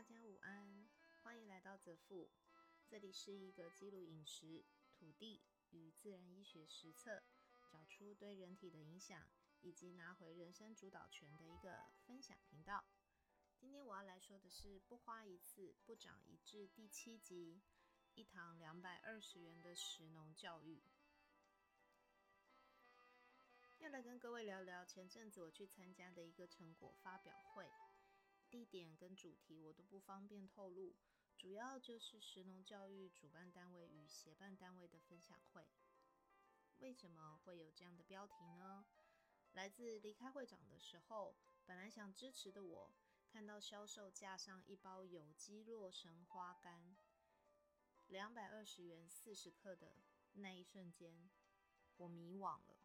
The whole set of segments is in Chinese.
家午安，欢迎来到泽富，这里是一个记录饮食、土地与自然医学实测，找出对人体的影响，以及拿回人生主导权的一个分享频道。今天我要来说的是不花一次不长一智第7集，一堂220元的食农教育。要来跟各位聊聊前阵子我去参加的一个成果发表会，地点跟主题我都不方便透露，主要就是食农教育主办单位与协办单位的分享会。为什么会有这样的标题呢？来自离开会场的时候，本来想支持的我，看到销售架上一包有机洛神花干220元40克的那一瞬间，我迷惘了。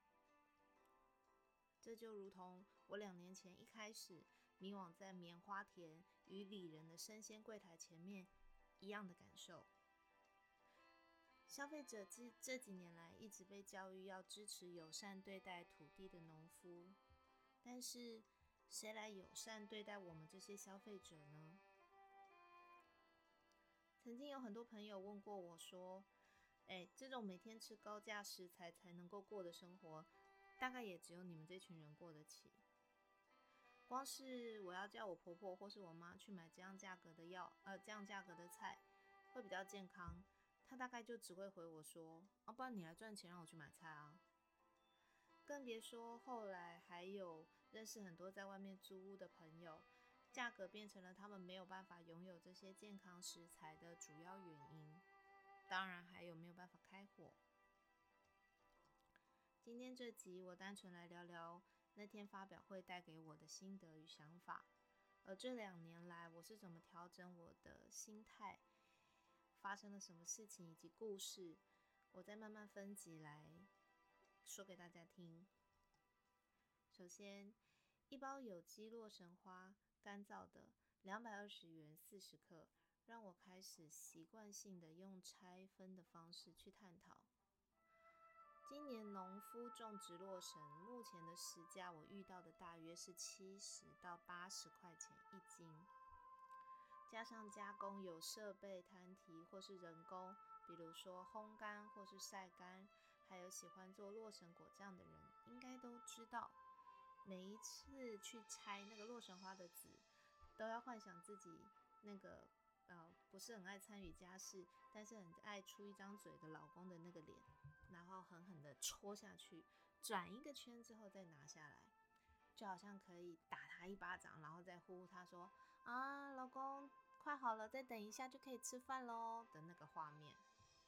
这就如同我2年前一开始迷惘在棉花田与里仁的生鲜柜台前面一样的感受。消费者这几年来一直被教育要支持友善对待土地的农夫，但是谁来友善对待我们这些消费者呢？曾经有很多朋友问过我说，这种每天吃高价食材才能够过的生活，大概也只有你们这群人过得起。光是我要叫我婆婆或是我妈去买这样价格的菜，会比较健康，她大概就只会回我说，不然你来赚钱让我去买菜啊。更别说后来还有认识很多在外面租屋的朋友，价格变成了他们没有办法拥有这些健康食材的主要原因。当然还有没有办法开火。今天这集我单纯来聊聊那天发表会带给我的心得与想法，而这2年来我是怎么调整我的心态，发生了什么事情以及故事，我再慢慢分级来说给大家听。首先，一包有机洛神花干燥的220元40克，让我开始习惯性的用拆分的方式去探讨。今年农夫种植洛神，目前的实价我遇到的大约是70到80块钱1斤，加上加工有设备摊提或是人工，比如说烘干或是晒干，还有喜欢做洛神果酱的人应该都知道，每一次去拆那个洛神花的籽，都要幻想自己那个不是很爱参与家事，但是很爱出一张嘴的老公的那个脸，然后狠狠的戳下去，转一个圈之后再拿下来，就好像可以打他一巴掌，然后再呼呼他说老公快好了，再等一下就可以吃饭咯的那个画面。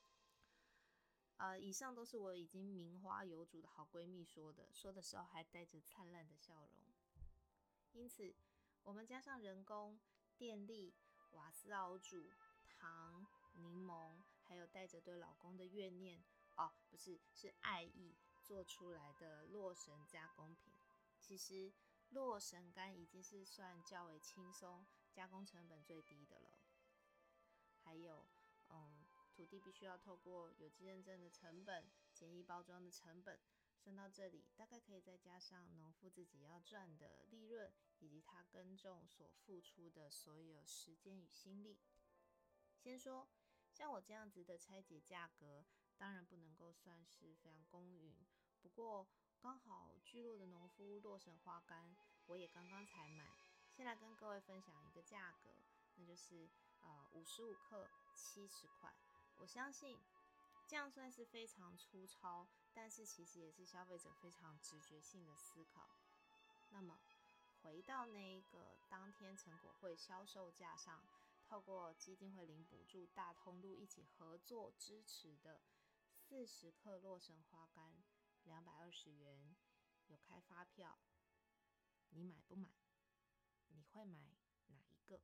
以上都是我已经名花有主的好闺蜜说的时候还带着灿烂的笑容。因此我们加上人工、电力、瓦斯熬煮、糖、柠檬，还有带着对老公的怨念是爱意做出来的洛神加工品。其实洛神干已经是算较为轻松，加工成本最低的了。还有土地必须要透过有机认证的成本、简易包装的成本，算到这里，大概可以再加上农夫自己要赚的利润，以及他耕种所付出的所有时间与心力。先说，像我这样子的拆解价格，当然不能够算是非常公允。不过刚好聚落的农夫洛神花干，我也刚刚才买。先来跟各位分享一个价格，那就是55克70块。我相信这样算是非常粗糙，但是其实也是消费者非常直觉性的思考。那么回到那一个当天成果会销售架上，透过基金会领补助大通路一起合作支持的40克洛神花干220元，有开发票，你买不买？你会买哪一个？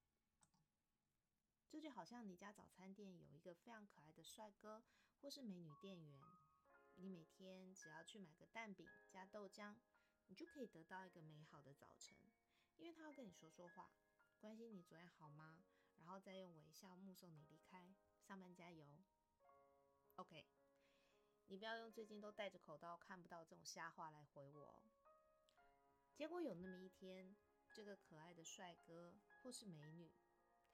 这就好像你家早餐店有一个非常可爱的帅哥或是美女店员，你每天只要去买个蛋饼加豆浆，你就可以得到一个美好的早晨，因为他要跟你说说话，关心你昨天好吗，然后再用微笑目送你离开，上班加油。 OK， 你不要用最近都戴着口罩看不到这种瞎话来回我哦。结果有那么一天，这个可爱的帅哥或是美女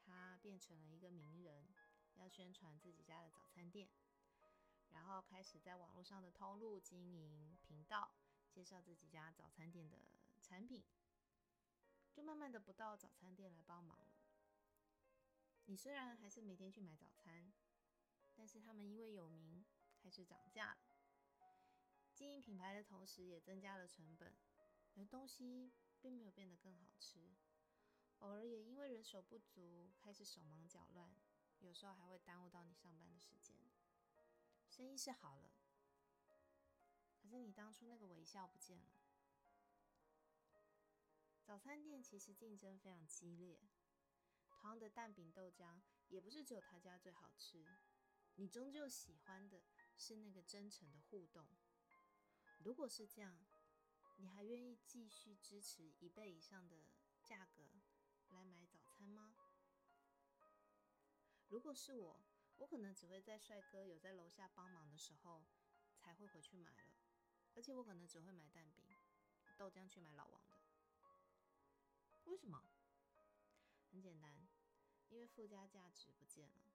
他变成了一个名人，要宣传自己家的早餐店，然后开始在网络上的通路经营频道，介绍自己家早餐店的产品，就慢慢的不到早餐店来帮忙了。你虽然还是每天去买早餐，但是他们因为有名开始涨价了，经营品牌的同时也增加了成本，而东西并没有变得更好吃，偶尔也因为人手不足开始手忙脚乱，有时候还会耽误到你上班的时间。生意是好了，可是你当初那个微笑不见了。早餐店其实竞争非常激烈，同样的蛋饼豆浆也不是只有他家最好吃，你终究喜欢的是那个真诚的互动。如果是这样，你还愿意继续支持1倍以上的价格来买早餐吗？如果是我可能只会在帅哥有在楼下帮忙的时候才会回去买了，而且我可能只会买蛋饼，豆浆去买老王的。为什么？很简单，因为附加价值不见了。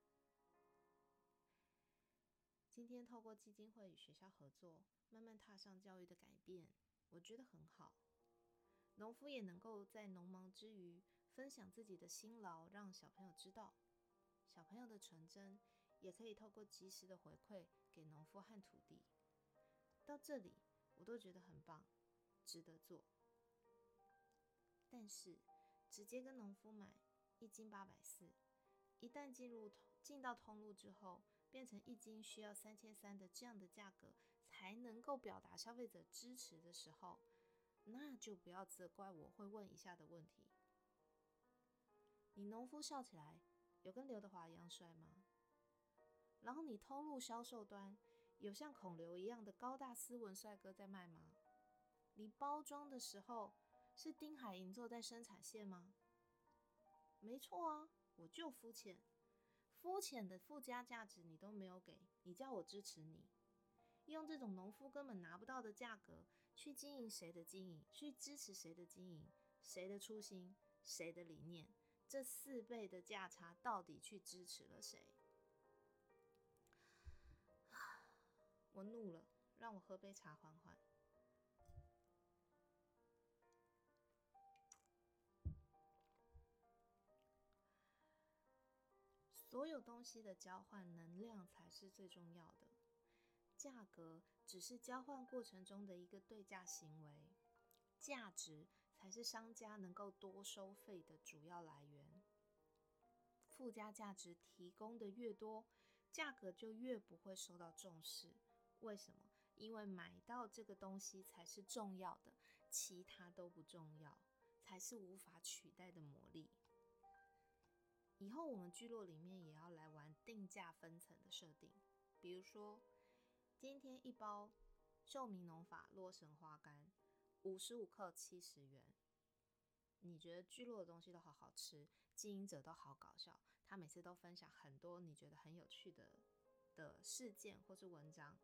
今天透过基金会与学校合作，慢慢踏上教育的改变，我觉得很好。农夫也能够在农忙之余分享自己的辛劳，让小朋友知道。小朋友的纯真也可以透过及时的回馈给农夫和土地。到这里我都觉得很棒，值得做。但是直接跟农夫买1斤840，一旦进到通路之后，变成1斤需要3300的这样的价格才能够表达消费者支持的时候，那就不要责怪我会问以下的问题：你农夫笑起来有跟刘德华一样帅吗？然后你通路销售端有像孔刘一样的高大斯文帅哥在卖吗？你包装的时候是丁海寅坐在生产线吗？没错啊，我就肤浅的附加价值你都没有给，你叫我支持你，用这种农夫根本拿不到的价格去经营谁的经营，去支持谁的经营，谁的初心，谁的理念，这4倍的价差到底去支持了谁？我怒了，让我喝杯茶缓缓。所有东西的交换能量才是最重要的，价格只是交换过程中的一个对价行为，价值才是商家能够多收费的主要来源。附加价值提供的越多，价格就越不会受到重视。为什么？因为买到这个东西才是重要的，其他都不重要，才是无法取代的魔力。以后我们聚落里面也要来玩定价分层的设定，比如说今天一包秀明农法洛神花干55克70元，你觉得聚落的东西都好好吃，经营者都好搞笑，他每次都分享很多你觉得很有趣的事件或是文章，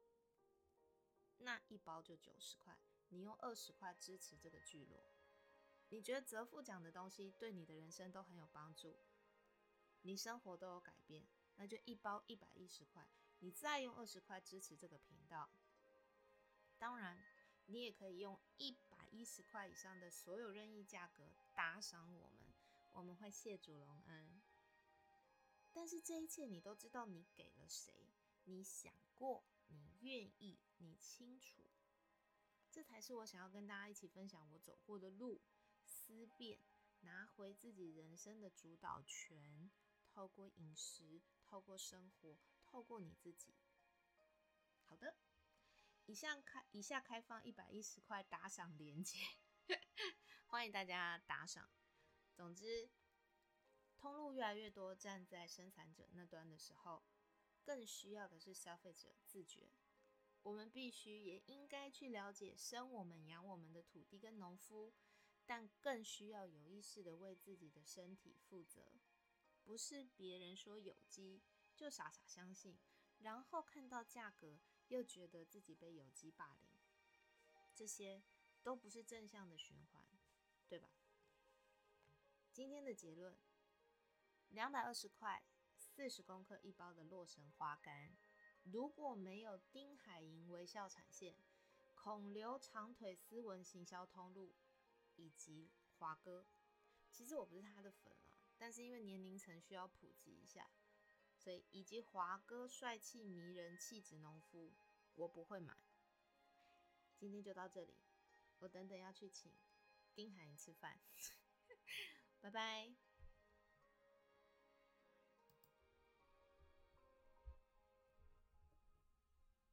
那一包就90块，你用20块支持这个聚落，你觉得泽富讲的东西对你的人生都很有帮助，你生活都有改变，那就一包110块，你再用20块支持这个频道。当然你也可以用110块以上的所有任意价格打赏我们会谢主隆恩。但是这一切你都知道你给了谁，你想过，你愿意，你清楚，这才是我想要跟大家一起分享我走过的路，思辨，拿回自己人生的主导权，透过饮食，透过生活，透过你自己。好的，以下开放110块打赏连结欢迎大家打赏。总之，通路越来越多站在生产者那端的时候，更需要的是消费者自觉。我们必须也应该去了解生我们养我们的土地跟农夫，但更需要有意识的为自己的身体负责，不是别人说有机就傻傻相信，然后看到价格又觉得自己被有机霸凌，这些都不是正向的循环，对吧？今天的结论， 220块，40公克一包的洛神花干。如果没有丁海寅微笑产线、孔刘长腿斯文行销通路以及华哥，其实我不是他的粉啦，但是因为年龄层需要普及一下，所以以及华哥帅气迷人气质农夫，我不会买。今天就到这里，我等等要去请丁海寅吃饭，拜拜。